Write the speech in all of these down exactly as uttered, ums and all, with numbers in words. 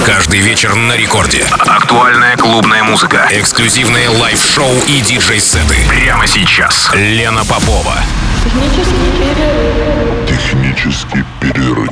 Каждый вечер на рекорде. Актуальная клубная музыка, эксклюзивные лайв-шоу и диджей-сеты. Прямо сейчас. Лена Попова. Технический перерыв.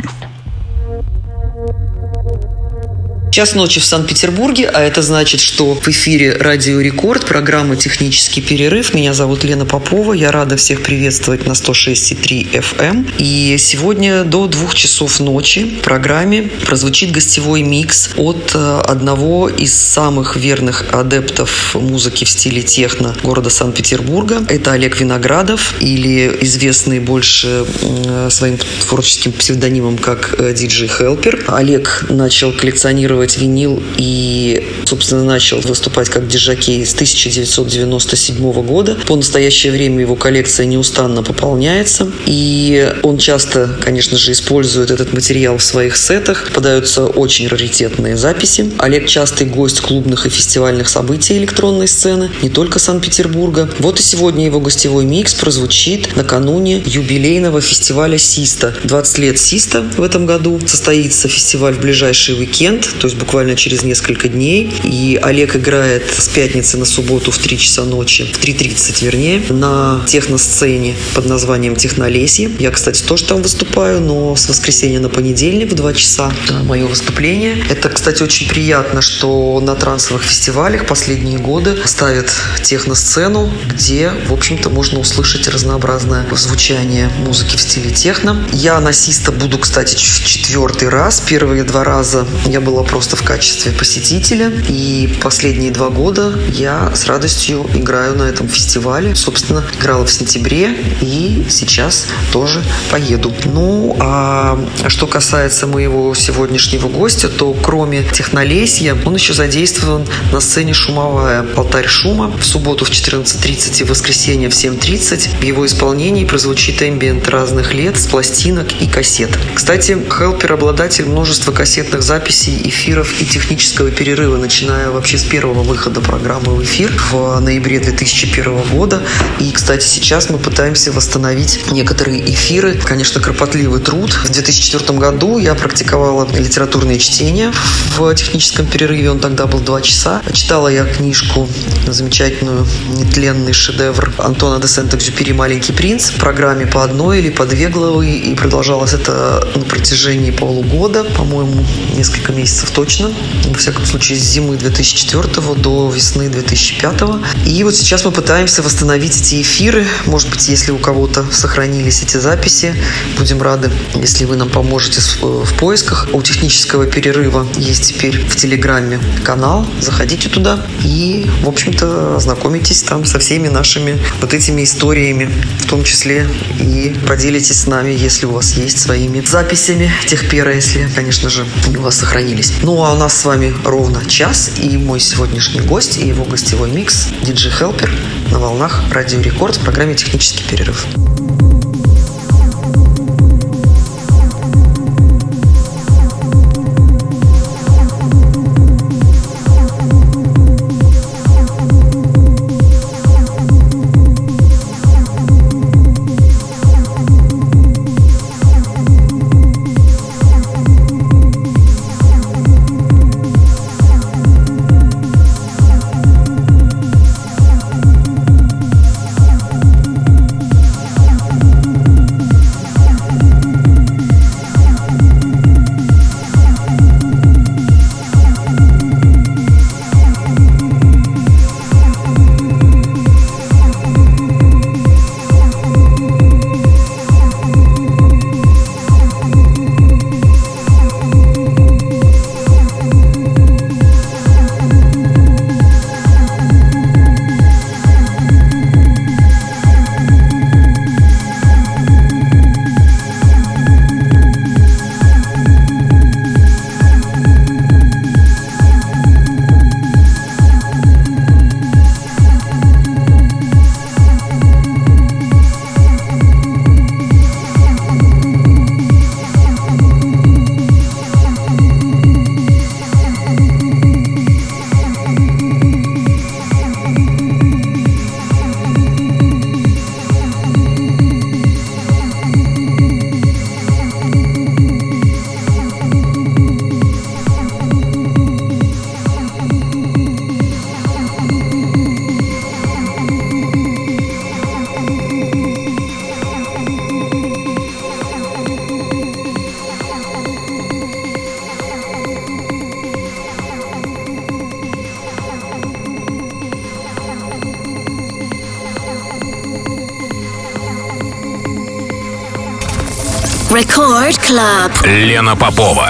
Час ночи в Санкт-Петербурге, а это значит, что в эфире Радио Рекорд, программа «Технический перерыв». Меня зовут Лена Попова, я рада всех приветствовать на сто шесть и три эф эм. И сегодня до двух часов ночи в программе прозвучит гостевой микс от одного из самых верных адептов музыки в стиле техно города Санкт-Петербурга. Это Олег Виноградов, или известный больше своим творческим псевдонимом как диджей Хелпер. Олег начал коллекционировать винил и, собственно, начал выступать как диджокей с тысяча девятьсот девяносто седьмого года. По настоящее время его коллекция неустанно пополняется, и он часто, конечно же, использует этот материал в своих сетах. Подаются очень раритетные записи. Олег частый гость клубных и фестивальных событий электронной сцены, не только Санкт-Петербурга. Вот и сегодня его гостевой микс прозвучит накануне юбилейного фестиваля Систа. двадцать лет Систа в этом году. Состоится фестиваль в ближайший уикенд, то есть буквально через несколько дней. И Олег играет с пятницы на субботу в три часа ночи, в три тридцать вернее, на техносцене под названием «Технолесье». Я, кстати, тоже там выступаю, но с воскресенья на понедельник в два часа мое выступление. Это, кстати, очень приятно, что на трансовых фестивалях последние годы ставят техносцену, где, в общем-то, можно услышать разнообразное звучание музыки в стиле техно. Я на Систа буду, кстати, в четвертый раз. Первые два раза я была просто в качестве посетителя, и последние два года я с радостью играю на этом фестивале. Собственно, играла в сентябре и сейчас тоже поеду. Ну, а что касается моего сегодняшнего гостя, то кроме Технолесья он еще задействован на сцене «Шумовая», «Алтарь шума». В субботу в четырнадцать тридцать и в воскресенье в семь тридцать в его исполнении прозвучит эмбиент разных лет с пластинок и кассет. Кстати, Хелпер — обладатель множества кассетных записей, эфиров и технического перерыва, начиная вообще с первого выхода программы в эфир в ноябре две тысячи первого года. И, кстати, сейчас мы пытаемся восстановить некоторые эфиры. Конечно, кропотливый труд. В две тысячи четвёртом году я практиковала литературное чтение в техническом перерыве. Он тогда был два часа. Читала я книжку, замечательную, нетленный шедевр Антуана де Сент-Экзюпери «Маленький принц» в программе по одной или по две главы. И продолжалось это на протяжении полугода, по-моему, несколько месяцев точно. Во всяком случае, с зимы две тысячи четвёртого до весны две тысячи пятого. И вот сейчас мы пытаемся восстановить эти эфиры. Может быть, если у кого-то сохранились эти записи, будем рады, если вы нам поможете в поисках. У технического перерыва есть теперь в Телеграме канал. Заходите туда и, в общем-то, ознакомитесь там со всеми нашими вот этими историями, в том числе и поделитесь с нами, если у вас есть, своими записями техпера, если, конечно же, они у вас сохранились. Ну, а у нас с вами ровно час, и мой сегодняшний гость и его гостевой микс — диджей Хелпер на волнах Радио Рекорд в программе «Технический перерыв». Record Club. Лена Попова.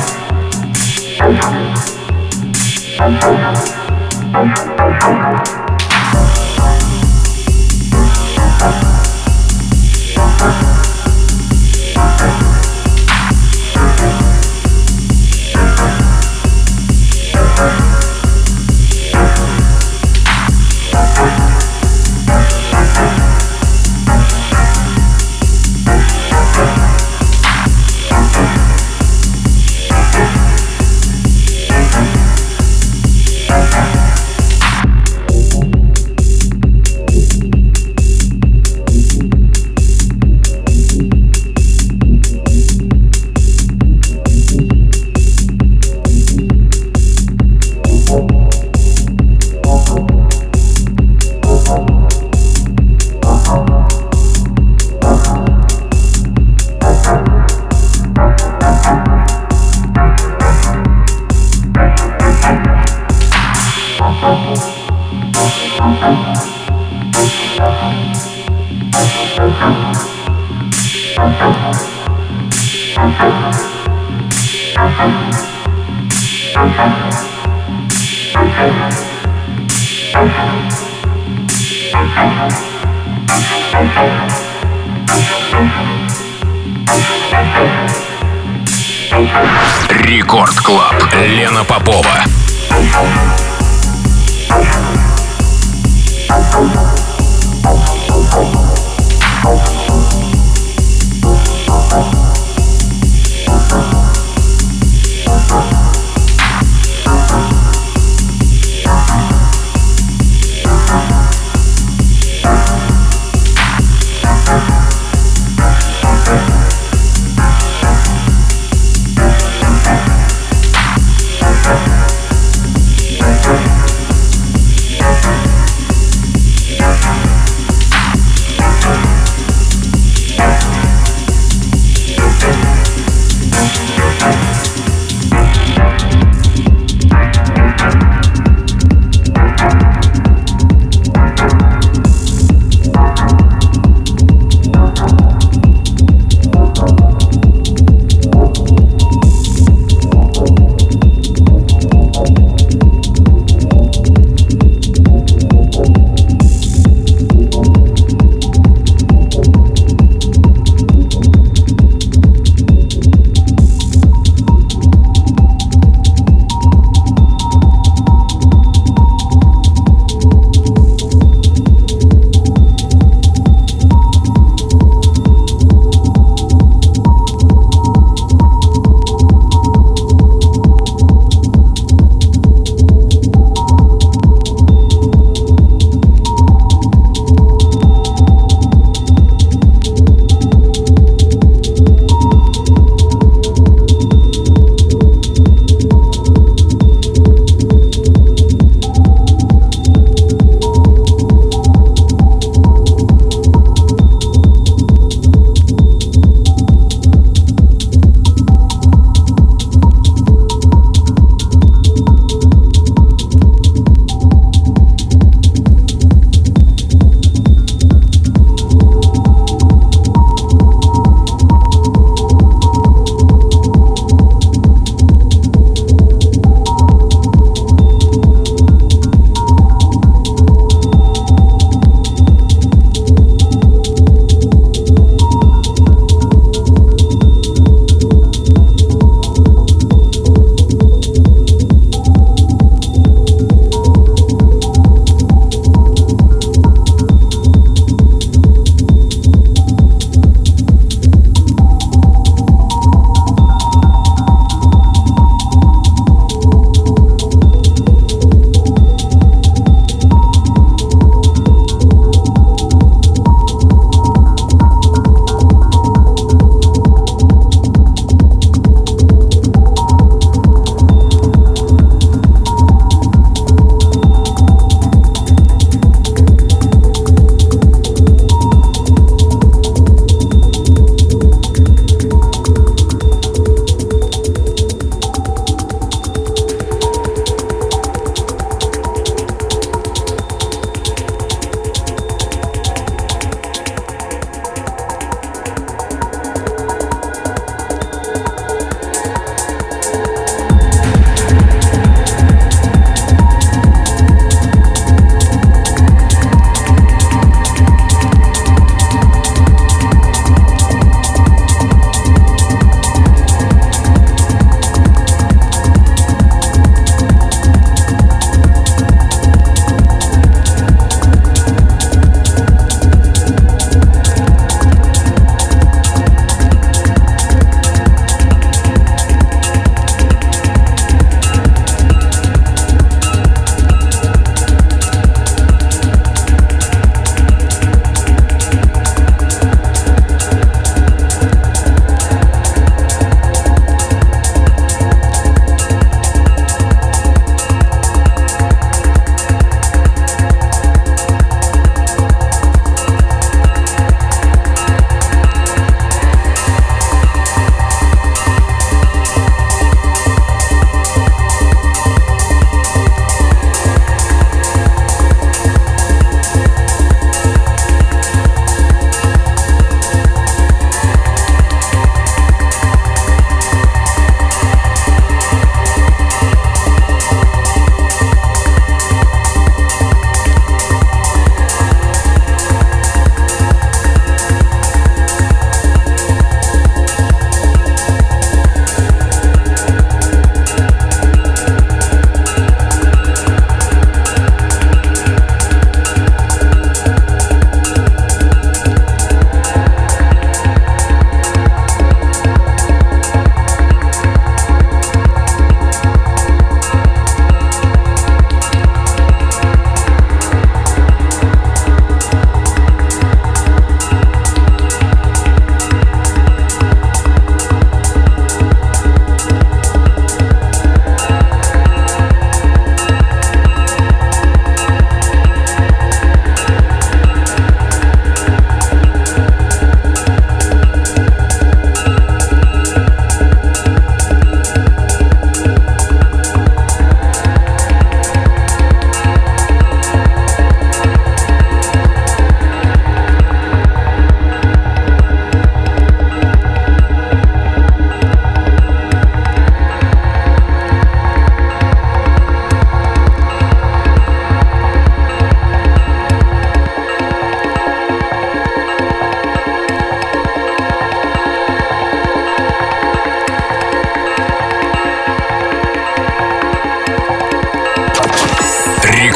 Thank you. Рекорд Клаб. Лена Попова.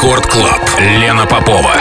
Рекорд Клаб. Лена Попова.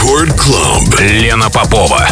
Record Club. Лена Попова.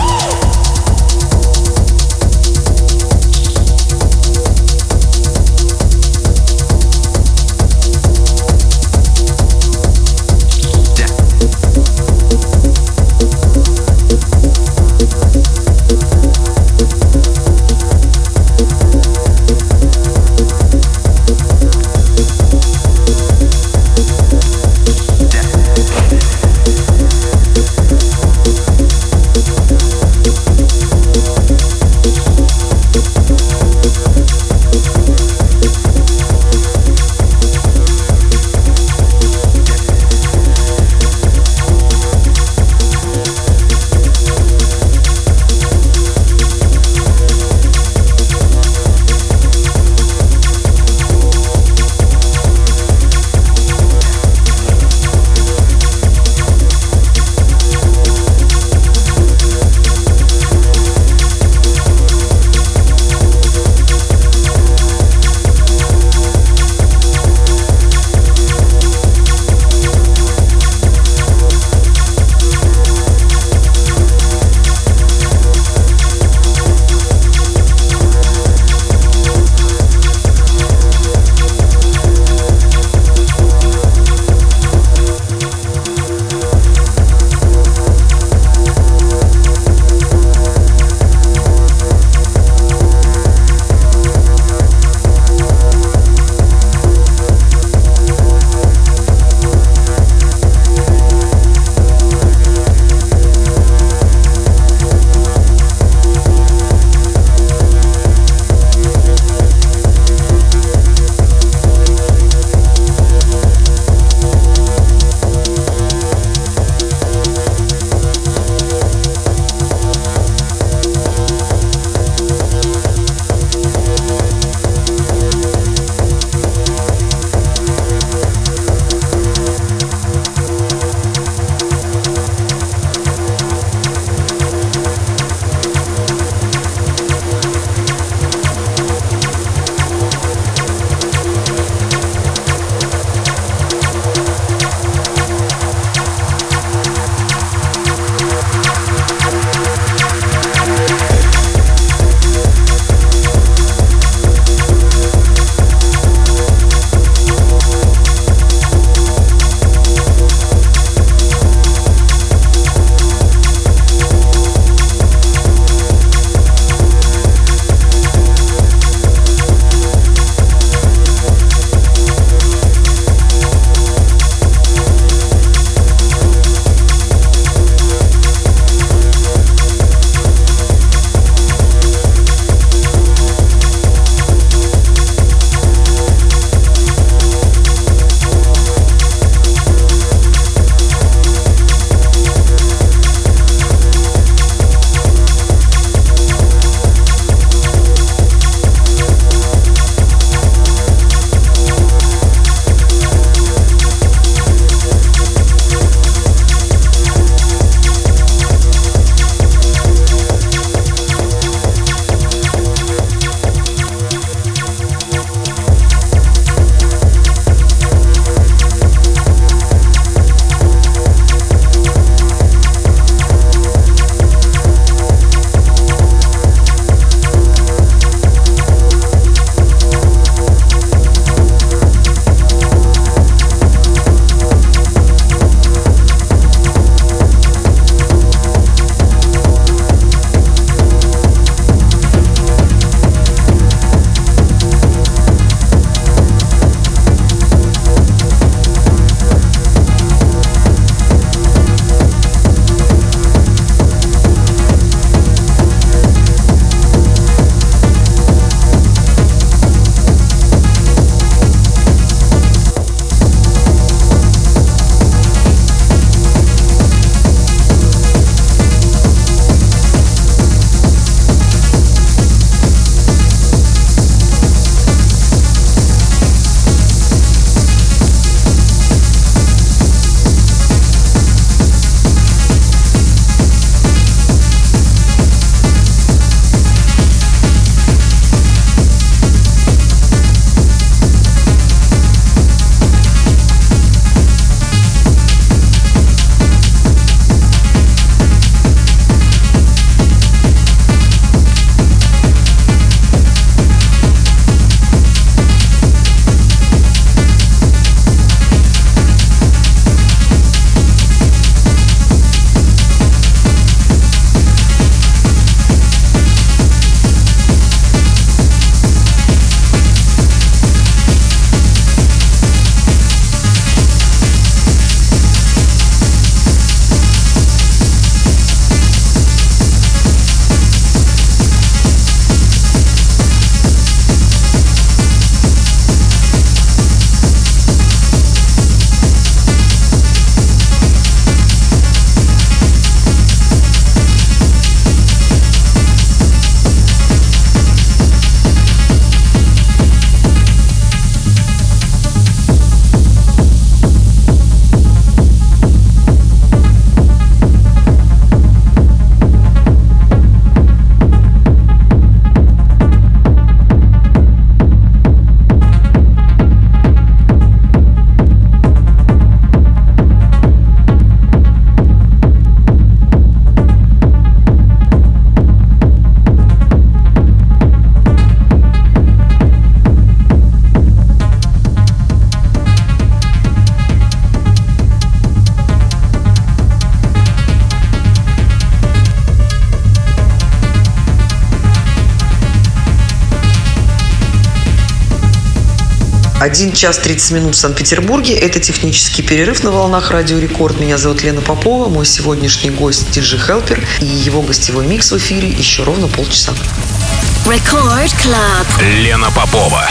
один час тридцать минут в Санкт-Петербурге. Это технический перерыв на волнах Радио Рекорд. Меня зовут Лена Попова. Мой сегодняшний гость диджей Helper. И его гостевой микс в эфире еще ровно полчаса. Record Club. Лена Попова.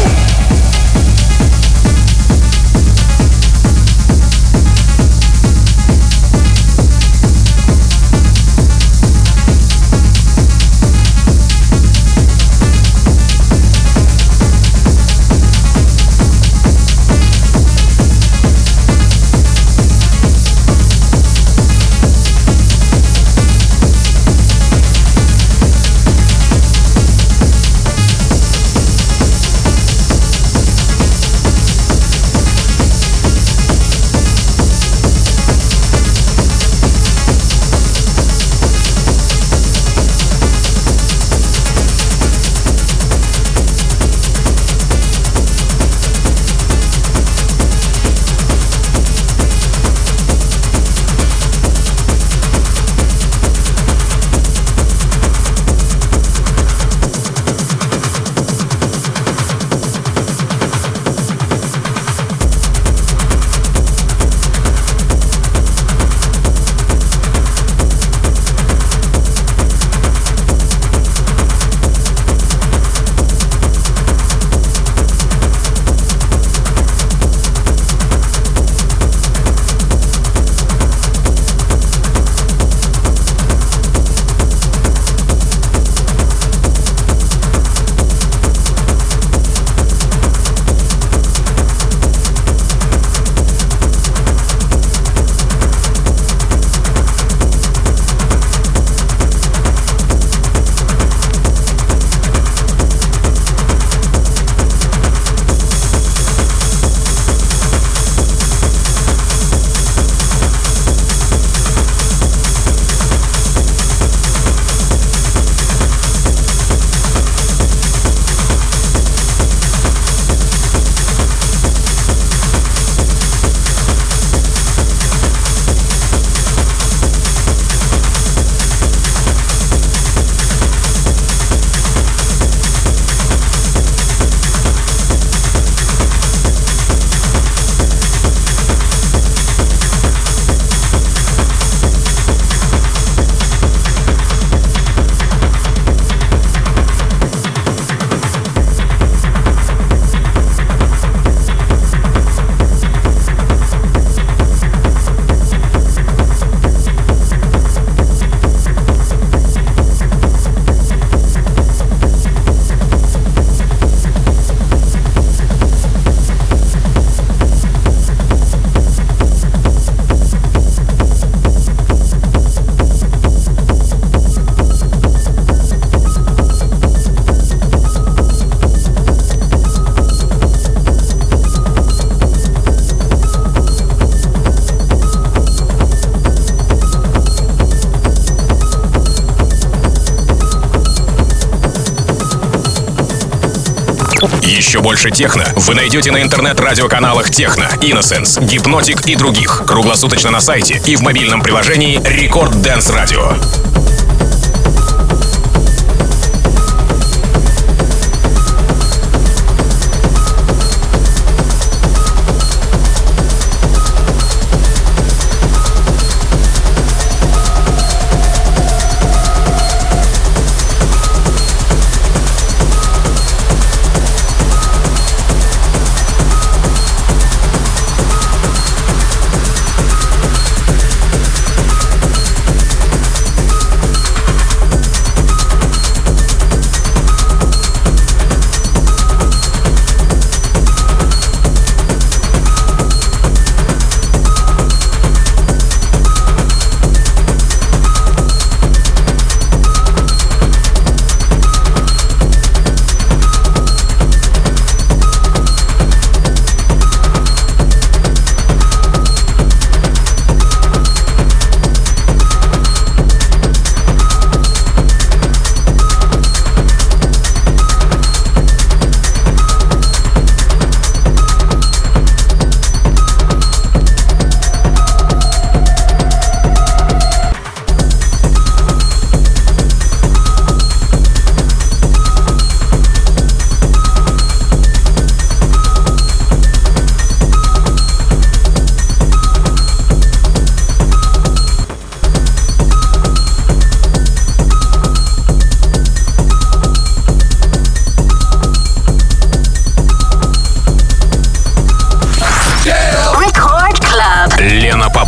Еще больше техно вы найдете на интернет-радиоканалах Техно, Innocence, Гипнотик и других. Круглосуточно на сайте и в мобильном приложении Record Dance Radio.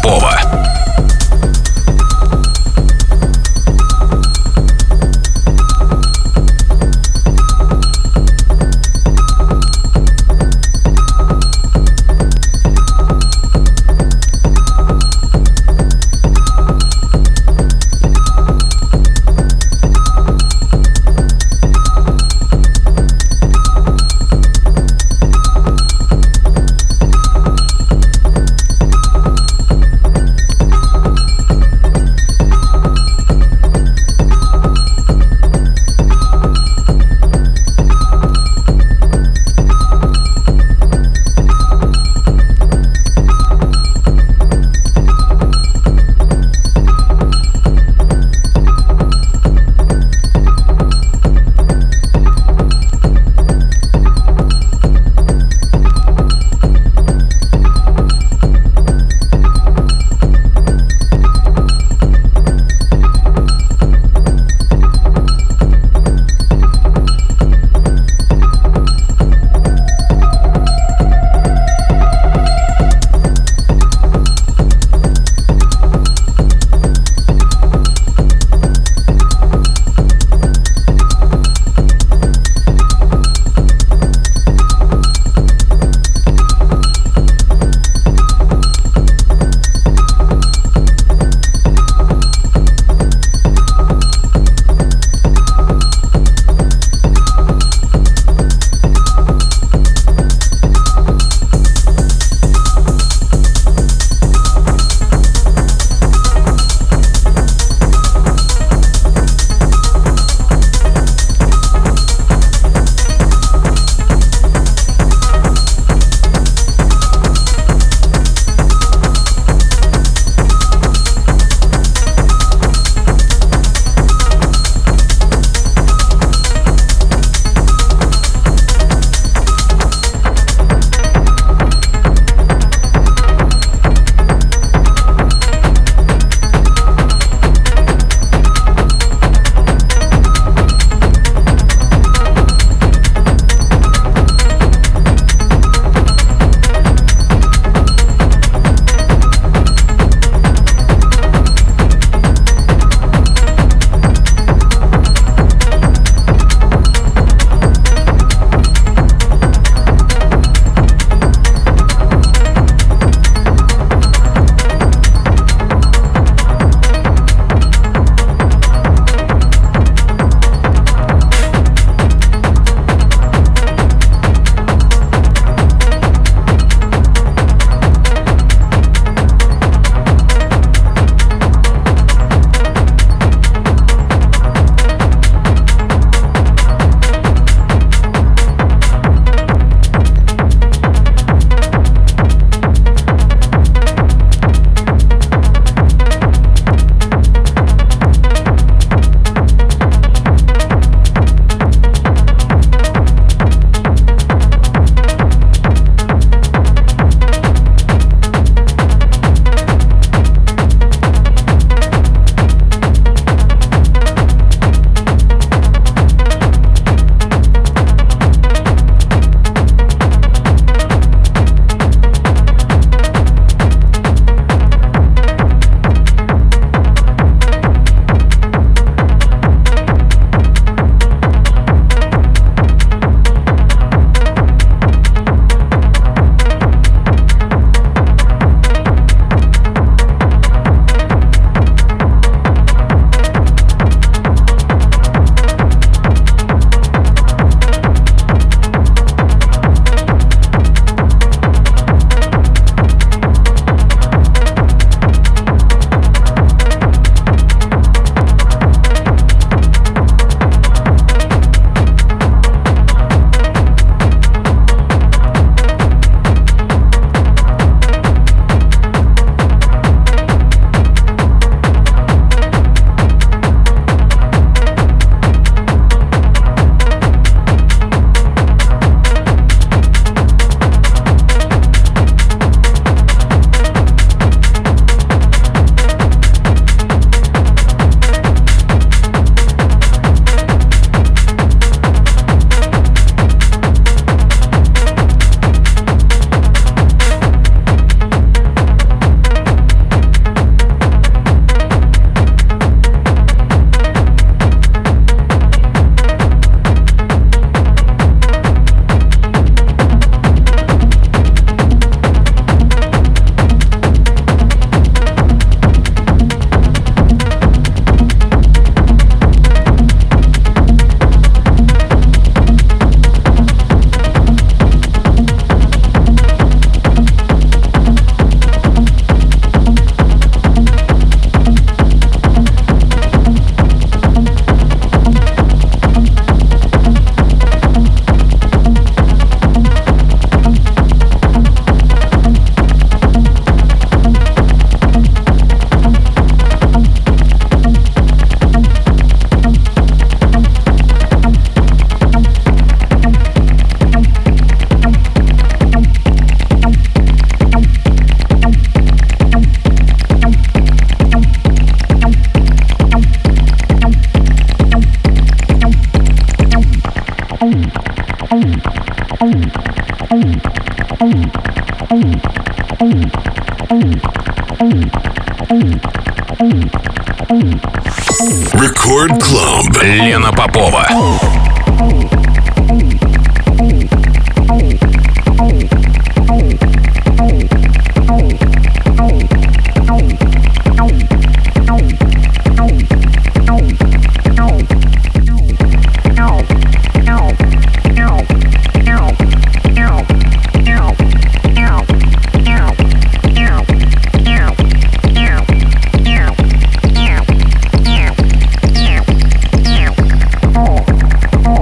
Попова. Record Club. Лена Попова. Yeah.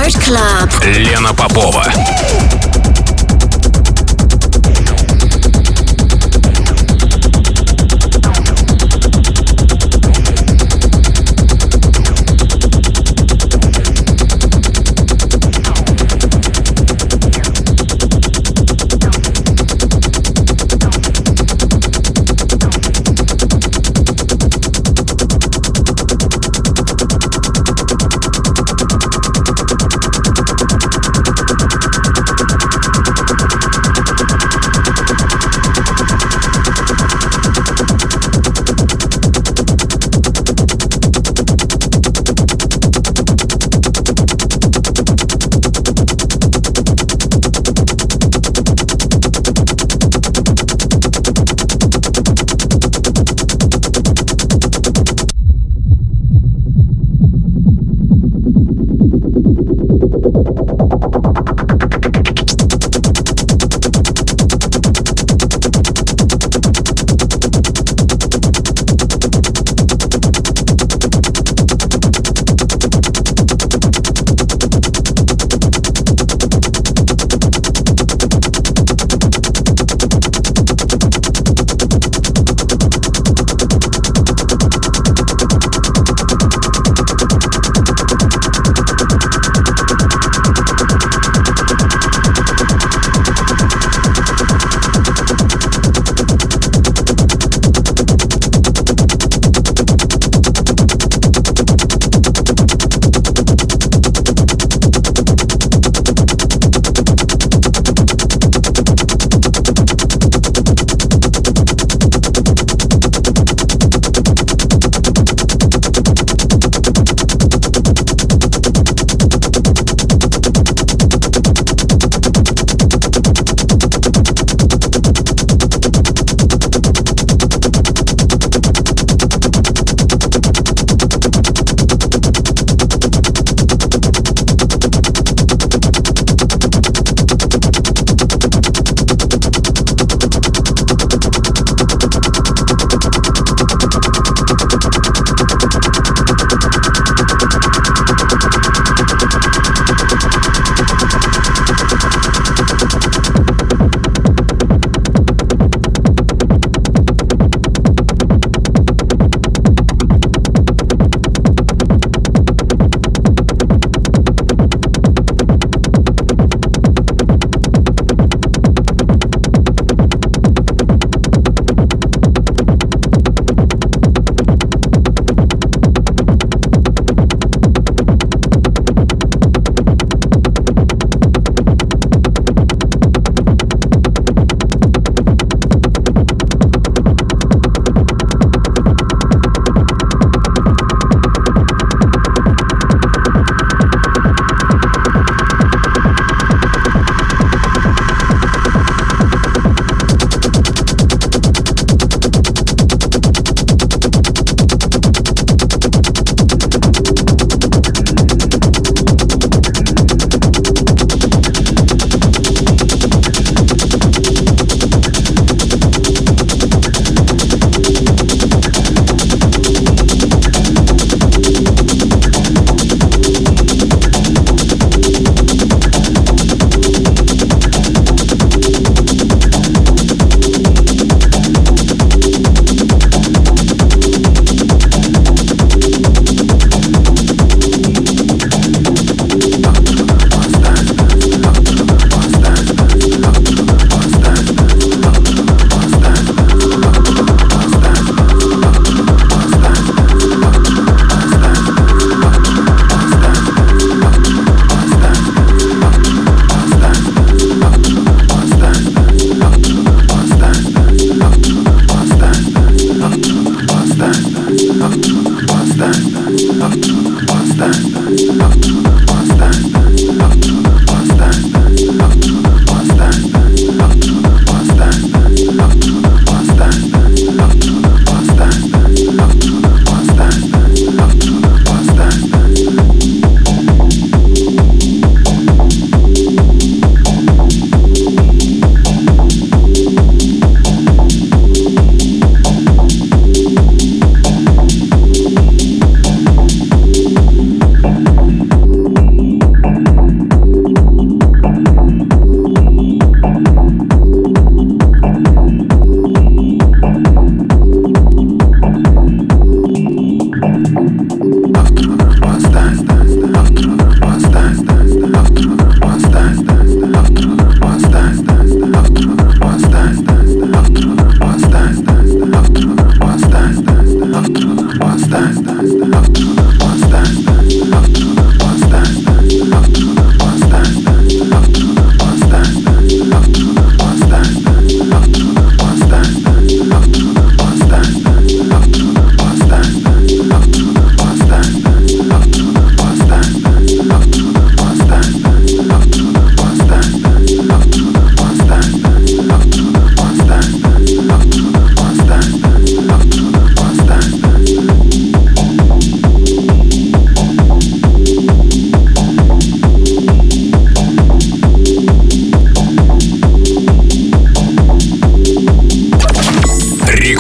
Record Club. Лена Попова.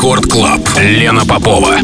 Рекорд Клаб. Лена Попова.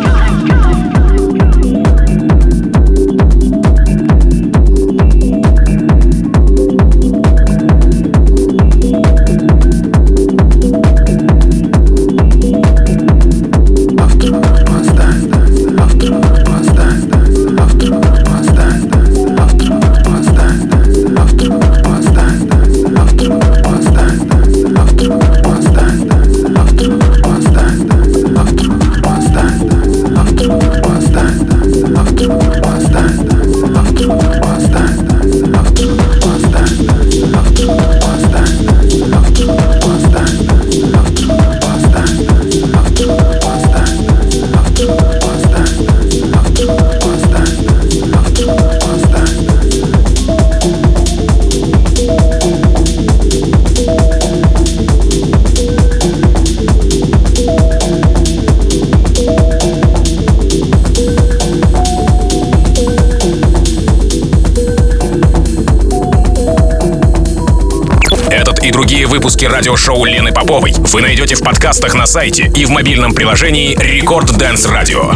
Выпуски радиошоу Лены Поповой вы найдете в подкастах на сайте и в мобильном приложении Рекорд Дэнс Радио.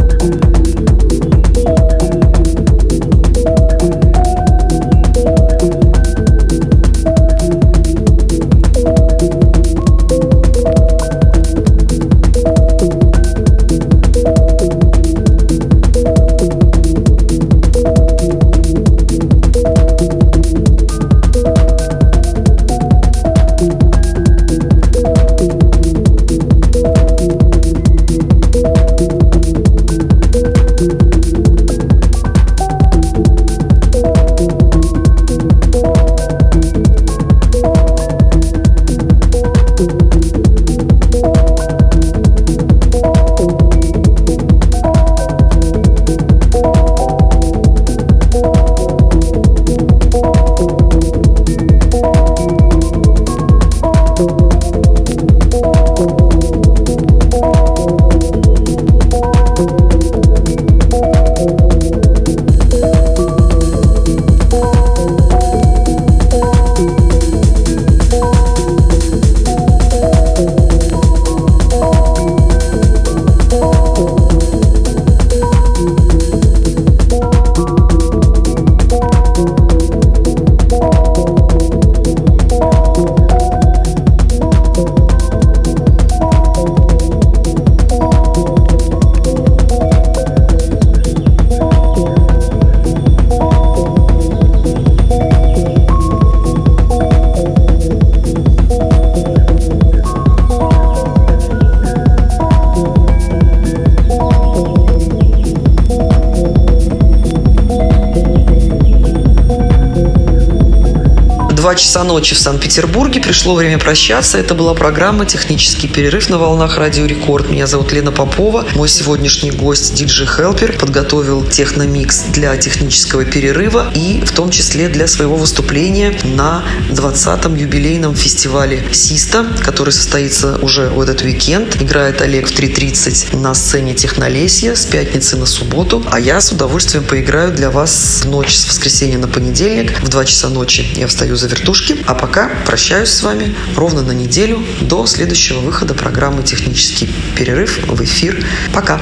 Два часа ночи в Санкт-Петербурге. Пришло время прощаться. Это была программа «Технический перерыв» на волнах Радио Рекорд. Меня зовут Лена Попова. Мой сегодняшний гость диджей Helper подготовил техномикс для технического перерыва и в том числе для своего выступления на двадцатом юбилейном фестивале Систа, который состоится уже в этот уикенд. Играет Олег в три тридцать на сцене Технолесья с пятницы на субботу. А я с удовольствием поиграю для вас в ночь с воскресенья на понедельник. В два часа ночи я встаю за вертушки. А пока прощаюсь с вами ровно на неделю до следующего выхода программы «Технический перерыв» в эфир. Пока!